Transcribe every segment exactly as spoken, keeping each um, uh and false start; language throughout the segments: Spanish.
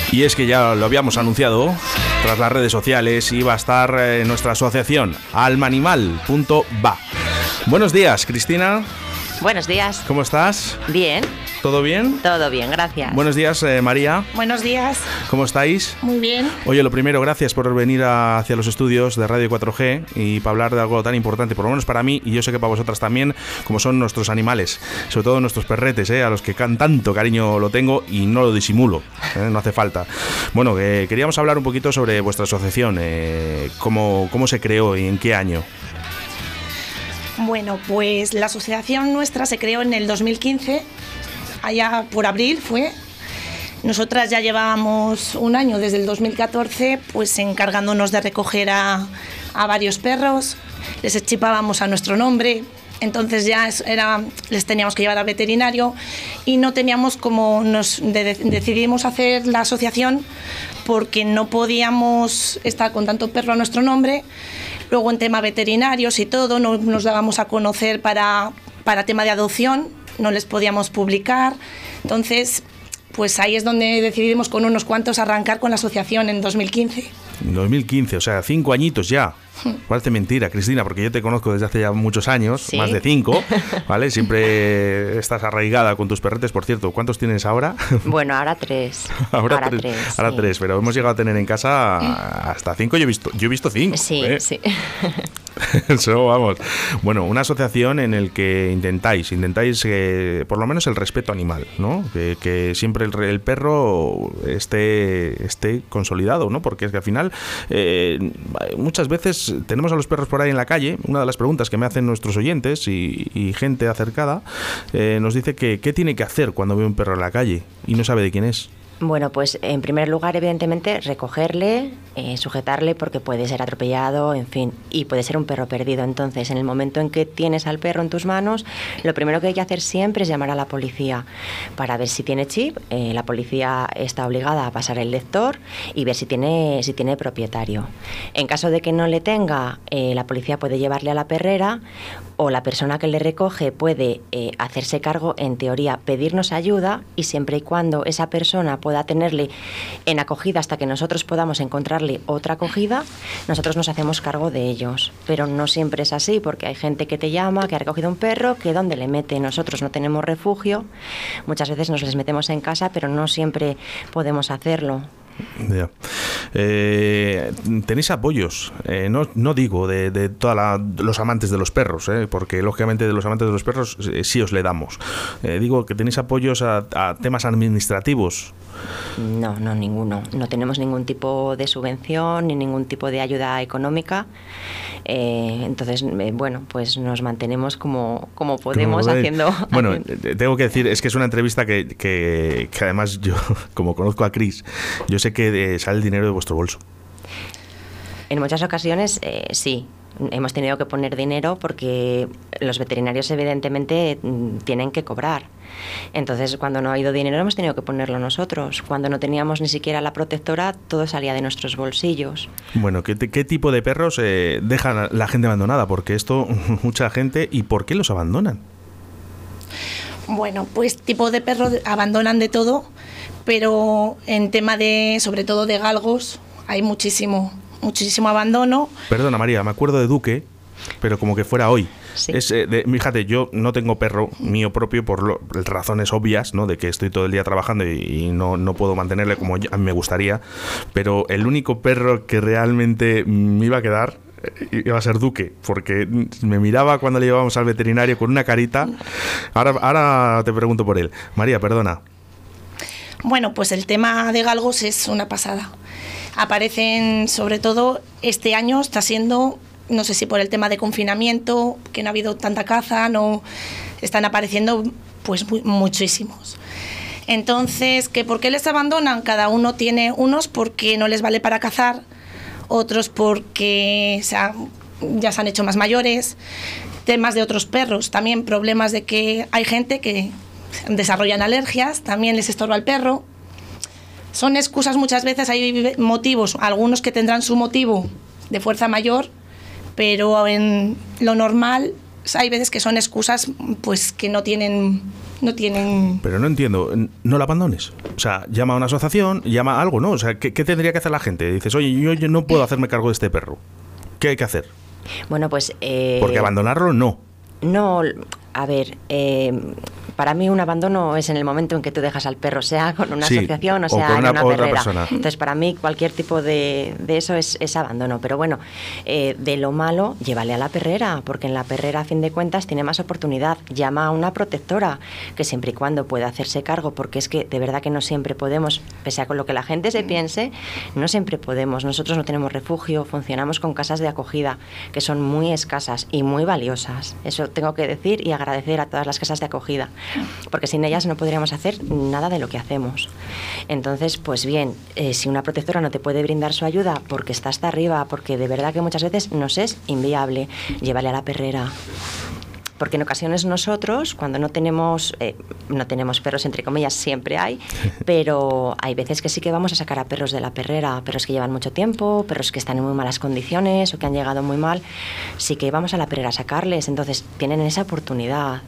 Y es que ya lo habíamos anunciado, tras las redes sociales iba a estar eh, nuestra asociación almaanimal punto va. Buenos días, Cristina. Buenos días. ¿Cómo estás? Bien. ¿Todo bien? Todo bien, gracias. Buenos días, eh, María. Buenos días. ¿Cómo estáis? Muy bien. Oye, lo primero, gracias por venir a, hacia los estudios de Radio cuatro G y para hablar de algo tan importante, por lo menos para mí, y yo sé que para vosotras también, como son nuestros animales, sobre todo nuestros perretes, eh, a los que can tanto cariño lo tengo y no lo disimulo, eh, no hace falta. Bueno, eh, queríamos hablar un poquito sobre vuestra asociación, eh, cómo, cómo se creó y en qué año. Bueno, pues la asociación nuestra se creó en el dos mil quince, allá por abril fue. Nosotras ya llevábamos un año, desde el dos mil catorce, pues encargándonos de recoger a, a varios perros, les chipábamos a nuestro nombre, entonces ya era, les teníamos que llevar al veterinario y no teníamos como, nos de, decidimos hacer la asociación porque no podíamos estar con tanto perro a nuestro nombre. Luego en tema veterinarios y todo, no nos dábamos a conocer para, para tema de adopción, no les podíamos publicar. Entonces, pues ahí es donde decidimos con unos cuantos arrancar con la asociación en dos mil quince. dos mil quince, o sea, cinco añitos ya. Parece mentira, Cristina, porque yo te conozco desde hace ya muchos años, ¿sí? Más de cinco, ¿vale? Siempre estás arraigada con tus perretes. Por cierto, ¿cuántos tienes ahora? Bueno, ahora tres. ahora, ahora tres, tres, ahora sí. tres, pero hemos llegado a tener en casa hasta cinco. Yo he visto, yo he visto cinco. Sí, ¿eh? sí. Eso, vamos. Bueno, una asociación en el que intentáis, intentáis eh, por lo menos el respeto animal, ¿no? Que, que siempre el, el perro esté, esté consolidado, ¿no? Porque es que al final eh, muchas veces tenemos a los perros por ahí en la calle. Una de las preguntas que me hacen nuestros oyentes y, y gente acercada eh, nos dice que qué tiene que hacer cuando ve un perro en la calle y no sabe de quién es. Bueno, pues en primer lugar, evidentemente, recogerle, eh, sujetarle porque puede ser atropellado, en fin, y puede ser un perro perdido. Entonces, en el momento en que tienes al perro en tus manos, lo primero que hay que hacer siempre es llamar a la policía para ver si tiene chip. Eh, la policía está obligada a pasar el lector y ver si tiene, si tiene propietario. En caso de que no le tenga, eh, la policía puede llevarle a la perrera o la persona que le recoge puede eh, hacerse cargo, en teoría, pedirnos ayuda y siempre y cuando esa persona pueda pueda tenerle en acogida hasta que nosotros podamos encontrarle otra acogida, nosotros nos hacemos cargo de ellos. Pero no siempre es así, porque hay gente que te llama, que ha recogido un perro, que ¿dónde le mete? Nosotros no tenemos refugio, muchas veces nos les metemos en casa, pero no siempre podemos hacerlo. Ya. Eh, tenéis apoyos, eh, no, no digo de, de todos los amantes de los perros, eh, porque lógicamente de los amantes de los perros eh, sí os le damos. Eh, digo que tenéis apoyos a, a temas administrativos. No, no, ninguno. No tenemos ningún tipo de subvención ni ningún tipo de ayuda económica. Eh, entonces, eh, bueno, pues nos mantenemos como, como podemos haciendo... Bueno, haciendo... tengo que decir, es que es una entrevista que, que, que además yo, como conozco a Cris, yo sé que eh, sale el dinero de vuestro bolso. En muchas ocasiones, eh, sí. Hemos tenido que poner dinero porque los veterinarios evidentemente tienen que cobrar. Entonces, cuando no ha ido dinero hemos tenido que ponerlo nosotros. Cuando no teníamos ni siquiera la protectora, todo salía de nuestros bolsillos. Bueno, ¿qué, qué tipo de perros eh, dejan la gente abandonada? Porque esto, mucha gente, ¿y por qué los abandonan? Bueno, pues tipo de perros abandonan de todo, pero en tema de, sobre todo de galgos, hay muchísimo... muchísimo abandono. Perdona, María, me acuerdo de Duque, pero como que fuera hoy. Sí. Es, eh, de, fíjate, yo no tengo perro mío propio por lo, razones obvias, ¿no? De que estoy todo el día trabajando y, y no, no puedo mantenerle como yo, a mí me gustaría. Pero el único perro que realmente me iba a quedar iba a ser Duque, porque me miraba cuando le llevábamos al veterinario con una carita. Ahora, ahora te pregunto por él. María, perdona. Bueno, pues el tema de galgos es una pasada. Aparecen, sobre todo, este año está siendo, no sé si por el tema de confinamiento, que no ha habido tanta caza, no están apareciendo pues muchísimos. Entonces, ¿que ¿por qué les abandonan? Cada uno tiene unos porque no les vale para cazar, otros porque se ha, ya se han hecho más mayores, temas de otros perros, también problemas de que hay gente que desarrollan alergias, también les estorba el perro. Son excusas muchas veces, hay motivos, algunos que tendrán su motivo de fuerza mayor, pero en lo normal hay veces que son excusas pues que no tienen no tienen... Pero no entiendo, no la abandones. O sea, llama a una asociación, llama a algo, ¿no? O sea, ¿qué, qué tendría que hacer la gente? Dices, oye, yo, yo no puedo hacerme cargo de este perro. ¿Qué hay que hacer? Bueno, pues... Eh, Porque abandonarlo, no. No, a ver, eh, para mí un abandono es en el momento en que tú dejas al perro, sea con una sí, asociación o sea o con una, en una otra perrera. Persona. Entonces, para mí cualquier tipo de, de eso es, es abandono. Pero bueno, eh, de lo malo, llévale a la perrera, porque en la perrera, a fin de cuentas, tiene más oportunidad. Llama a una protectora, que siempre y cuando pueda hacerse cargo, porque es que de verdad que no siempre podemos, pese a con lo que la gente se piense, no siempre podemos. Nosotros no tenemos refugio, funcionamos con casas de acogida, que son muy escasas y muy valiosas. Eso tengo que decir y agradecer a todas las casas de acogida, porque sin ellas no podríamos hacer nada de lo que hacemos. Entonces, pues bien, eh, si una protectora no te puede brindar su ayuda porque está hasta arriba, porque de verdad que muchas veces nos es inviable, llévale a la perrera. Porque en ocasiones nosotros, cuando no tenemos, eh, no tenemos perros, entre comillas, siempre hay, pero hay veces que sí que vamos a sacar a perros de la perrera, perros que llevan mucho tiempo, perros que están en muy malas condiciones o que han llegado muy mal, sí que vamos a la perrera a sacarles, entonces tienen esa oportunidad.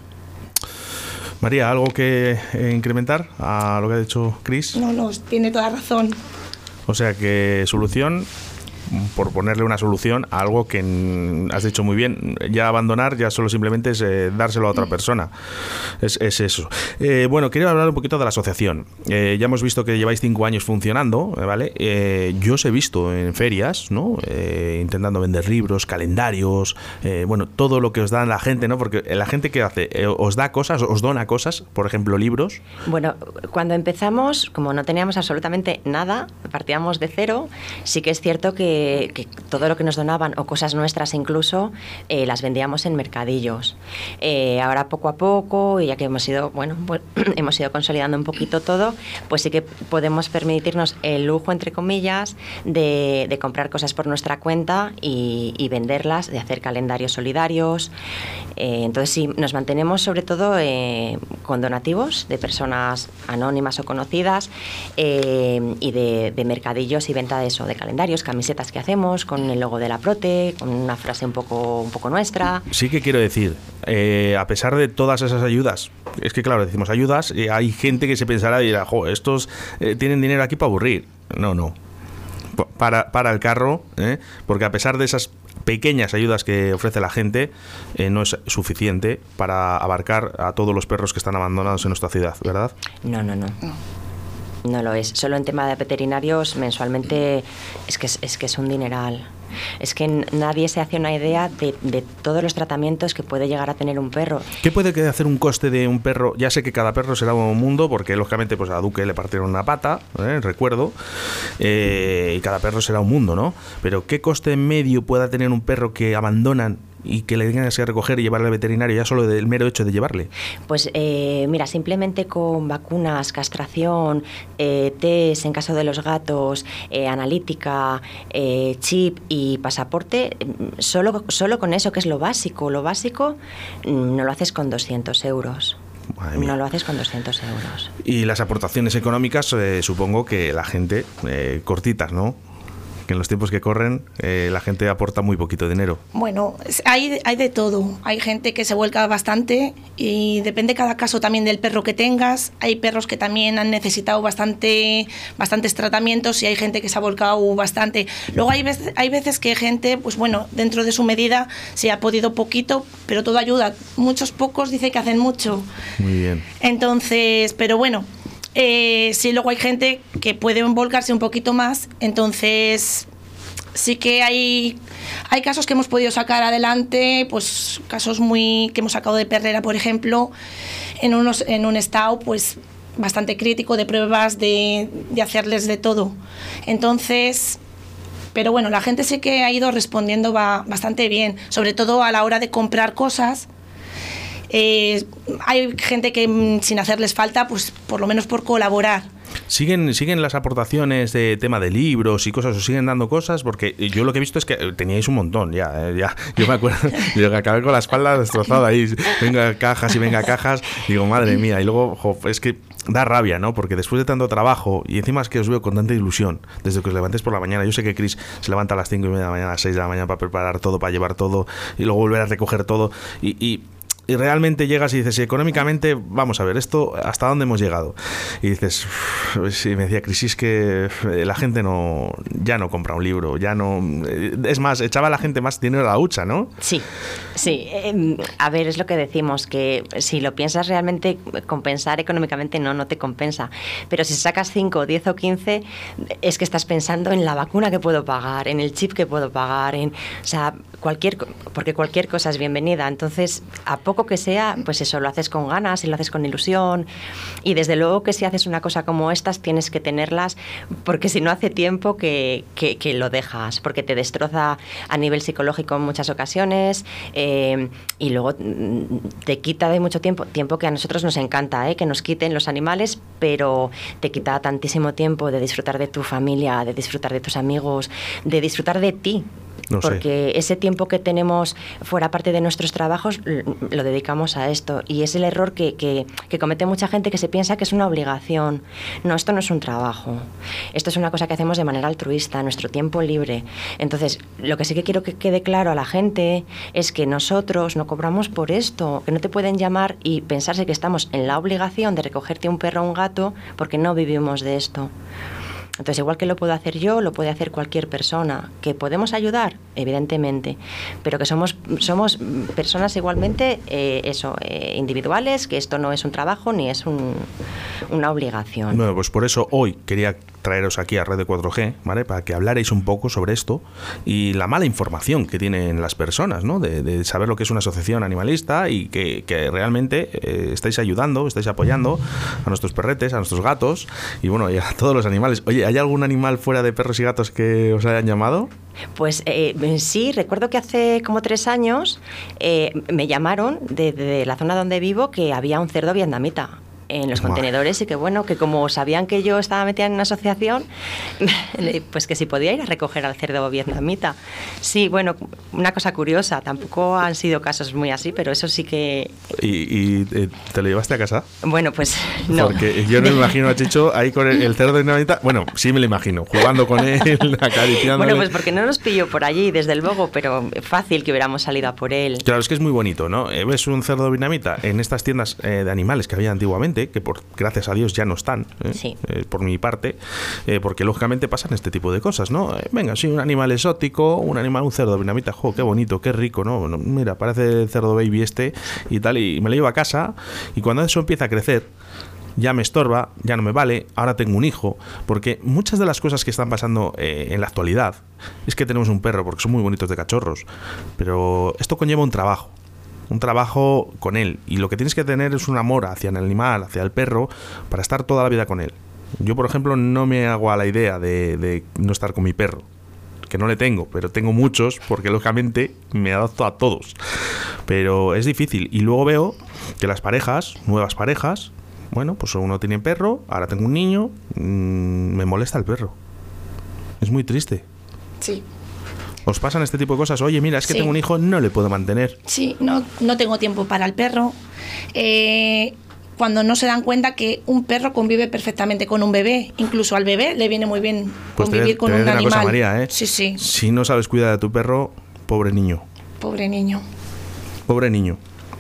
María, ¿algo que eh, incrementar a lo que ha dicho Cris? No, no, tiene toda razón. O sea que solución, por ponerle una solución a algo que has dicho muy bien, ya abandonar ya solo simplemente es eh, dárselo a otra persona, es, es eso. Eh, bueno, quería hablar un poquito de la asociación. Eh, ya hemos visto que lleváis cinco años funcionando, ¿vale? Eh, yo os he visto en ferias, ¿no? Eh, intentando vender libros, calendarios, eh, bueno, todo lo que os da la gente, ¿no? Porque la gente que hace, eh, os da cosas, os dona cosas, por ejemplo, libros. Bueno, cuando empezamos, como no teníamos absolutamente nada, partíamos de cero, sí que es cierto que que todo lo que nos donaban o cosas nuestras incluso eh, las vendíamos en mercadillos. Eh, ahora poco a poco, y ya que hemos ido, bueno, pues, hemos ido consolidando un poquito todo, pues sí que podemos permitirnos el lujo, entre comillas, de, de comprar cosas por nuestra cuenta y, y venderlas, de hacer calendarios solidarios. Eh, entonces sí, nos mantenemos sobre todo eh, con donativos de personas anónimas o conocidas eh, y de, de mercadillos y venta de eso, de calendarios, camisetas que hacemos con el logo de la Prote, con una frase un poco un poco nuestra. Sí que quiero decir, eh, a pesar de todas esas ayudas, es que claro, decimos ayudas, y hay gente que se pensará y dirá, jo, estos eh, tienen dinero aquí para aburrir. No, no. Para, para el carro, ¿eh? Porque a pesar de esas pequeñas ayudas que ofrece la gente, eh, no es suficiente para abarcar a todos los perros que están abandonados en nuestra ciudad, ¿verdad? No, no, no. no. No lo es. Solo en tema de veterinarios mensualmente es que es, es que es un dineral. Es que nadie se hace una idea de, de todos los tratamientos que puede llegar a tener un perro. ¿Qué puede hacer un coste de un perro? Ya sé que cada perro será un mundo, porque lógicamente pues a Duque le partieron una pata, ¿eh? recuerdo, eh, y cada perro será un mundo, ¿no? Pero ¿qué coste medio pueda tener un perro que abandonan y que le tengan que recoger y llevarle al veterinario ya solo del mero hecho de llevarle? Pues eh, mira, simplemente con vacunas, castración, eh, test en caso de los gatos, eh, analítica, eh, chip y pasaporte, solo, solo con eso, que es lo básico, lo básico, no lo haces con doscientos euros. No lo haces con doscientos euros. Y las aportaciones económicas, eh, supongo que la gente, eh, cortitas, ¿no? Que en los tiempos que corren eh, la gente aporta muy poquito dinero. Bueno, hay, hay de todo. Hay gente que se vuelca bastante y depende cada caso también del perro que tengas. Hay perros que también han necesitado bastante, bastantes tratamientos y hay gente que se ha volcado bastante. Luego hay veces, hay veces que gente, pues bueno, dentro de su medida se ha podido poquito, pero todo ayuda. Muchos pocos dicen que hacen mucho. Muy bien. Entonces, pero bueno... Eh, sí, luego hay gente que puede volcarse un poquito más, entonces sí que hay, hay casos que hemos podido sacar adelante, pues casos muy que hemos sacado de perrera, por ejemplo, en, unos, en un estado pues bastante crítico de pruebas, de, de hacerles de todo. Entonces... Pero bueno, la gente sí que ha ido respondiendo va bastante bien, sobre todo a la hora de comprar cosas. Eh, hay gente que sin hacerles falta, pues por lo menos por colaborar. ¿Siguen, siguen las aportaciones de tema de libros y cosas? ¿Os siguen dando cosas? Porque yo lo que he visto es que teníais un montón ya. Eh, ya yo me acuerdo, yo acabé con la espalda destrozada ahí. Venga cajas y venga cajas. Digo, madre mía. Y luego, jo, es que da rabia, ¿no? Porque después de tanto trabajo, y encima es que os veo con tanta ilusión, desde que os levantéis por la mañana. Yo sé que Cris se levanta a las cinco y media de la mañana, a las seis de la mañana para preparar todo, para llevar todo, y luego volver a recoger todo. Y... y y realmente llegas y dices, y económicamente, vamos a ver, esto, ¿hasta dónde hemos llegado? Y dices, sí, me decía Crisis que la gente no ya no compra un libro, ya no... Es más, echaba a la gente más dinero a la hucha, ¿no? Sí, sí. Eh, a ver, es lo que decimos, que si lo piensas realmente, compensar económicamente no, no te compensa. Pero si sacas cinco, diez o quince, es que estás pensando en la vacuna que puedo pagar, en el chip que puedo pagar, en... O sea, cualquier... Porque cualquier cosa es bienvenida. Entonces, a poco que sea, pues eso, lo haces con ganas y lo haces con ilusión. Y desde luego que si haces una cosa como estas, tienes que tenerlas, porque si no hace tiempo que, que, que lo dejas, porque te destroza a nivel psicológico en muchas ocasiones, eh, y luego te quita de mucho tiempo, tiempo que a nosotros nos encanta, ¿eh? Que nos quiten los animales, pero te quita tantísimo tiempo de disfrutar de tu familia, de disfrutar de tus amigos, de disfrutar de ti. No porque sé. Ese tiempo que tenemos fuera parte de nuestros trabajos lo dedicamos a esto, y es el error que, que, que comete mucha gente, que se piensa que es una obligación. No, esto no es un trabajo, esto es una cosa que hacemos de manera altruista, nuestro tiempo libre. Entonces, lo que sí que quiero que quede claro a la gente es que nosotros no cobramos por esto, que no te pueden llamar y pensarse que estamos en la obligación de recogerte un perro o un gato, porque no vivimos de esto. Entonces, igual que lo puedo hacer yo, lo puede hacer cualquier persona. ¿Que podemos ayudar? Evidentemente. Pero que somos, somos personas igualmente, eh, eso, eh, individuales, que esto no es un trabajo ni es un, una obligación. Bueno, pues por eso hoy quería traeros aquí a Red de cuatro G, ¿vale? Para que hablarais un poco sobre esto y la mala información que tienen las personas, ¿no? De, de saber lo que es una asociación animalista y que, que realmente eh, estáis ayudando, estáis apoyando a nuestros perretes, a nuestros gatos y bueno, y a todos los animales. Oye, ¿hay algún animal fuera de perros y gatos que os hayan llamado? Pues eh, sí, recuerdo que hace como tres años eh, me llamaron de, de la zona donde vivo, que había un cerdo vietnamita en los contenedores y que bueno, que como sabían que yo estaba metida en una asociación, pues que si podía ir a recoger al cerdo vietnamita. Sí, bueno, una cosa curiosa, tampoco han sido casos muy así, pero eso sí que... ¿Y, y eh, te lo llevaste a casa? Bueno, pues no. Porque yo no me imagino a Chicho ahí con el, el cerdo vietnamita, bueno, sí me lo imagino, jugando con él, acariciándole. Bueno, pues porque no nos pilló por allí, desde luego, pero fácil que hubiéramos salido a por él. Claro, es que es muy bonito, ¿no? Ves un cerdo vietnamita en estas tiendas eh, de animales que había antiguamente, que por gracias a Dios ya no están, ¿eh? Sí. Eh, por mi parte, eh, porque lógicamente pasan este tipo de cosas, ¿no? Eh, venga, sí, un animal exótico, un animal, un cerdo vietnamita, jo, qué bonito, qué rico, ¿no? Bueno, mira, parece el cerdo baby este y tal, y me lo llevo a casa, y cuando eso empieza a crecer, ya me estorba, ya no me vale, ahora tengo un hijo, porque muchas de las cosas que están pasando eh, en la actualidad es que tenemos un perro, porque son muy bonitos de cachorros, pero esto conlleva un trabajo. Un trabajo con él, y lo que tienes que tener es un amor hacia el animal, hacia el perro, para estar toda la vida con él. Yo, por ejemplo, no me hago a la idea de, de no estar con mi perro, que no le tengo, pero tengo muchos, porque lógicamente me adapto a todos, pero es difícil. Y luego veo que las parejas, nuevas parejas, bueno, pues uno tiene perro, ahora tengo un niño, mmm, me molesta el perro, es muy triste. Sí. ¿Os pasan este tipo de cosas? Oye, mira, es que sí. Tengo un hijo, no le puedo mantener. Sí, no, no tengo tiempo para el perro. Eh, cuando no se dan cuenta que un perro convive perfectamente con un bebé. Incluso al bebé le viene muy bien pues convivir te, con te un una animal. Cosa, María, ¿eh? Sí, sí. Si no sabes cuidar de tu perro, pobre niño. Pobre niño. Pobre niño.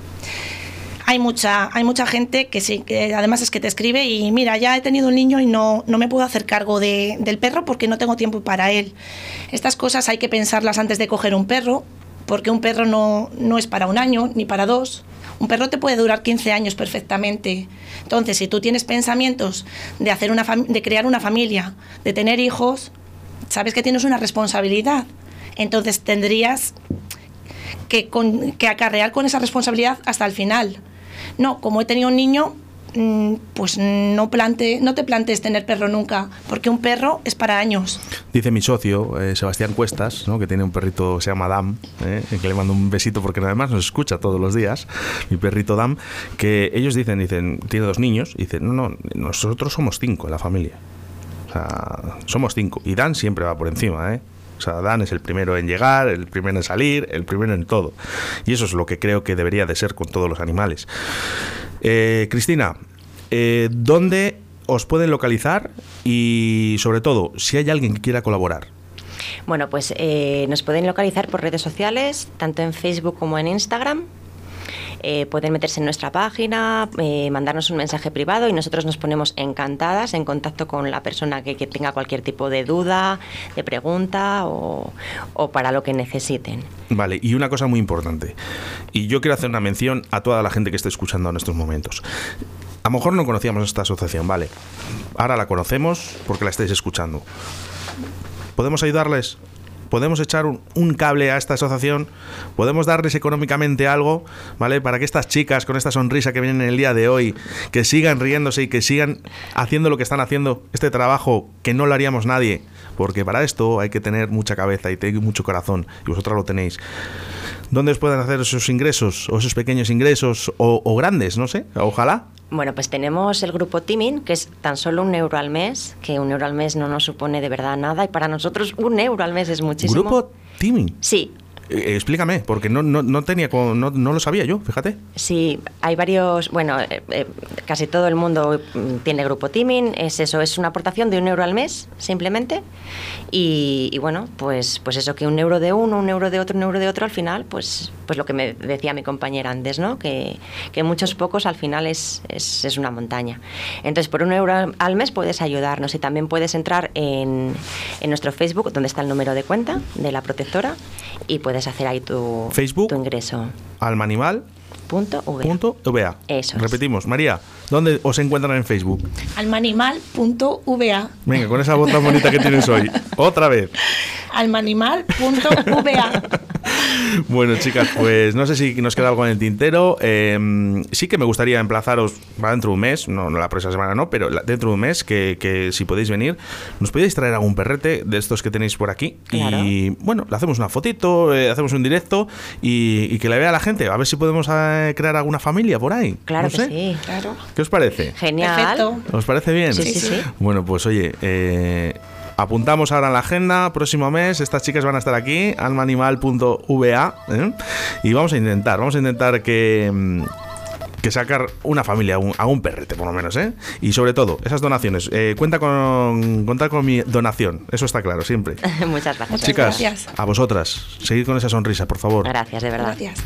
Hay mucha, hay mucha gente que sí, que además es que te escribe y mira, ya he tenido un niño y no, no me puedo hacer cargo de, del perro porque no tengo tiempo para él. Estas cosas hay que pensarlas antes de coger un perro, porque un perro no, no es para un año ni para dos. Un perro te puede durar quince años perfectamente. Entonces, si tú tienes pensamientos de, hacer una fam- de crear una familia, de tener hijos, sabes que tienes una responsabilidad. Entonces tendrías que, con, que acarrear con esa responsabilidad hasta el final. No, como he tenido un niño, pues no, plante, no te plantees tener perro nunca, porque un perro es para años. Dice mi socio, eh, Sebastián Cuestas, ¿no? Que tiene un perrito, se llama Dam, eh, que le mando un besito porque además nos escucha todos los días, mi perrito Dam, que ellos dicen, dicen tiene dos niños, y dicen, no, no, nosotros somos cinco en la familia. O sea, somos cinco, y Dan siempre va por encima, ¿eh? O sea, Dan es el primero en llegar, el primero en salir, el primero en todo. Y eso es lo que creo que debería de ser con todos los animales. Eh, Cristina, eh, ¿dónde os pueden localizar? Y sobre todo, si hay alguien que quiera colaborar. Bueno, pues eh, nos pueden localizar por redes sociales, tanto en Facebook como en Instagram. eh, pueden meterse en nuestra página, eh, mandarnos un mensaje privado y nosotros nos ponemos encantadas en contacto con la persona que, que tenga cualquier tipo de duda, de pregunta o, o para lo que necesiten. Vale, y una cosa muy importante, y yo quiero hacer una mención a toda la gente que esté escuchando en estos momentos. A lo mejor no conocíamos esta asociación, vale, ahora la conocemos porque la estáis escuchando. ¿Podemos ayudarles? ¿Podemos echar un, un cable a esta asociación? ¿Podemos darles económicamente algo? ¿Vale? Para que estas chicas con esta sonrisa que vienen en el día de hoy, que sigan riéndose y que sigan haciendo lo que están haciendo, este trabajo que no lo haríamos nadie, porque para esto hay que tener mucha cabeza y tener mucho corazón, y vosotras lo tenéis. ¿Dónde os pueden hacer esos ingresos, o esos pequeños ingresos, o, o grandes, no sé, ojalá? Bueno, pues tenemos el grupo Teaming, que es tan solo un euro al mes, que un euro al mes no nos supone de verdad nada, y para nosotros un euro al mes es muchísimo. ¿Grupo Teaming? Sí. Eh, explícame, porque no, no, no tenía no, no lo sabía yo, fíjate. Sí, hay varios, bueno, eh, eh, casi todo el mundo tiene grupo Teaming, es eso, es una aportación de un euro al mes, simplemente, y, y bueno, pues, pues eso, que un euro de uno, un euro de otro, un euro de otro, al final, pues, pues lo que me decía mi compañera antes, ¿no? Que, que muchos pocos al final es, es, es una montaña. Entonces, por un euro al mes puedes ayudarnos y también puedes entrar en, en nuestro Facebook, donde está el número de cuenta de la protectora, y puedes hacer ahí tu, Facebook, tu ingreso. Almaanimal. Punto V A. Punto V A. Eso es. Repetimos, María, ¿dónde os encuentran en Facebook? almaanimal punto V A. Venga, con esa voz tan bonita que tienes hoy. Otra vez. almaanimal punto V A. Bueno, chicas, pues no sé si nos queda algo en el tintero. Eh, sí que me gustaría emplazaros para dentro de un mes, no, no la próxima semana no, pero la, dentro de un mes, que, que si podéis venir, nos podéis traer algún perrete de estos que tenéis por aquí. Claro. Y bueno, le hacemos una fotito, eh, hacemos un directo y, y que le vea la gente. A ver si podemos eh, crear alguna familia por ahí. Claro no que sé. sí. Claro. ¿Qué os parece? Genial. Perfecto. ¿Os parece bien? Sí, sí, sí. Bueno, pues oye, eh, apuntamos ahora en la agenda, próximo mes, estas chicas van a estar aquí, almaanimal punto V A, ¿eh? Y vamos a intentar, vamos a intentar que... que sacar una familia, un, a un perrete por lo menos, ¿eh? Y sobre todo, esas donaciones. Eh, cuenta con contar con mi donación, eso está claro, siempre. Muchas gracias. Muchas Chicas, gracias. a vosotras, seguid con esa sonrisa, por favor. Gracias, de verdad. Gracias.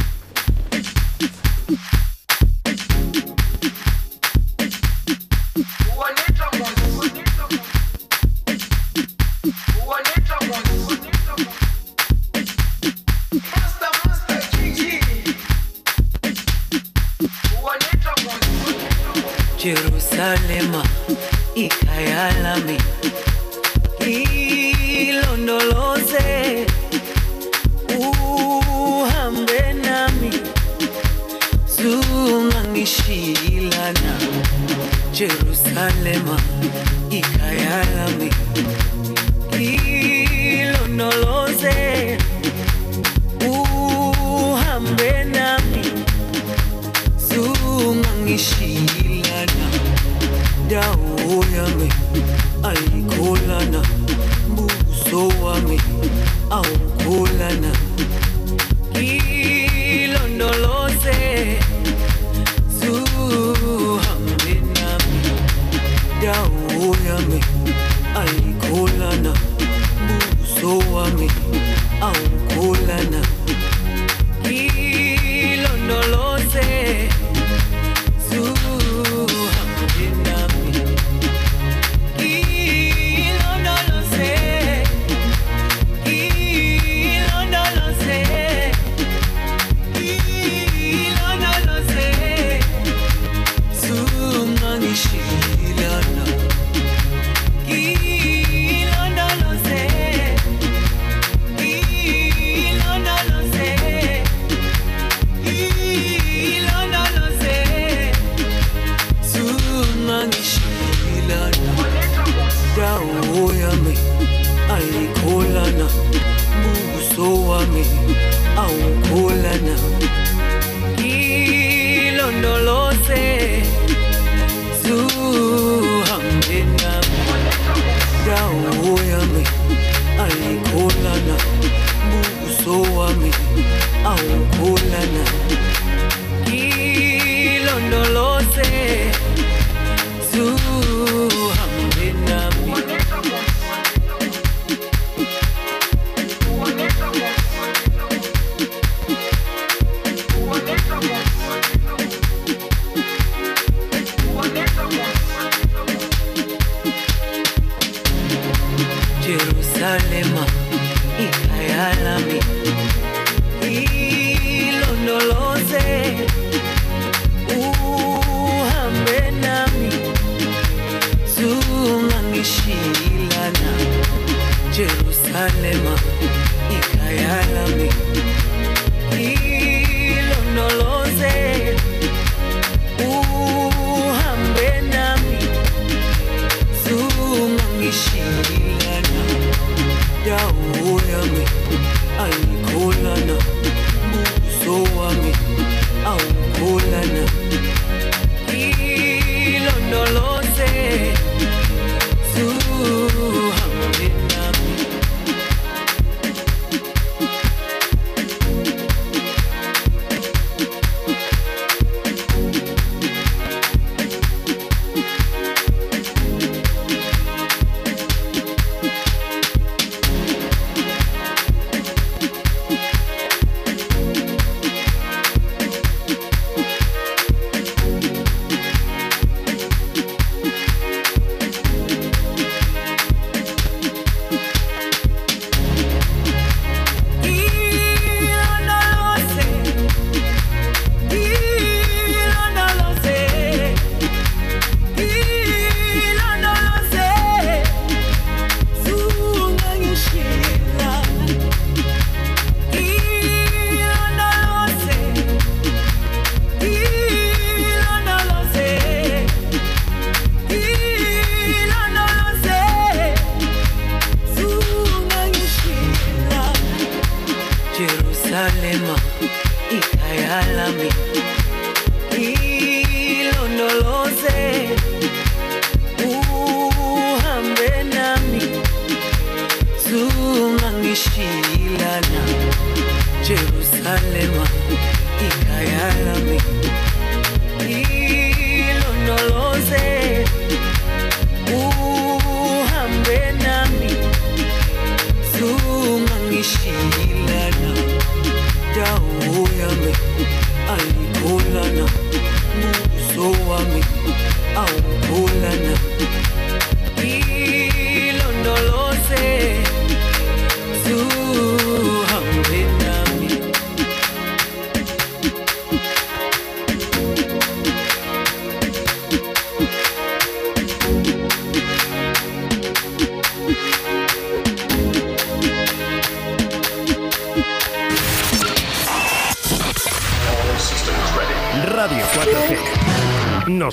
Jerusalema ikhaya lami ilondoloze uhambe nami zungangishilana Jerusalema ikhaya lami ilondoloze uhambe nami zungangishilana dawo yami ayikholana buso wami awukholana ilondoloze zuhambe nami dawo yami ayikholana buso wami awukholana ilondoloze ayikholana buso wami awukholana ilondoloze zuhambe nami dawo yami ayikholana buso wami awukholana ilondoloze zuhambe nami Come on. Jerusalema ikhaya lami ilondoloze uhambe nami zungangishilana Jerusalema ikhaya lami ilondoloze uhambe nami zungangishilana dawo yami ayikholana buso wami awukholana ilondoloze zuhambe nami Jerusalema ikhaya lami ilondoloze uhambe nami zungangishilana Jerusalema ikhaya lami ilondoloze uhambe nami zungangishilana dawo yami ayikholana buso wami awukholana ilondoloze zuhambe nami Radio cuatro G. Nos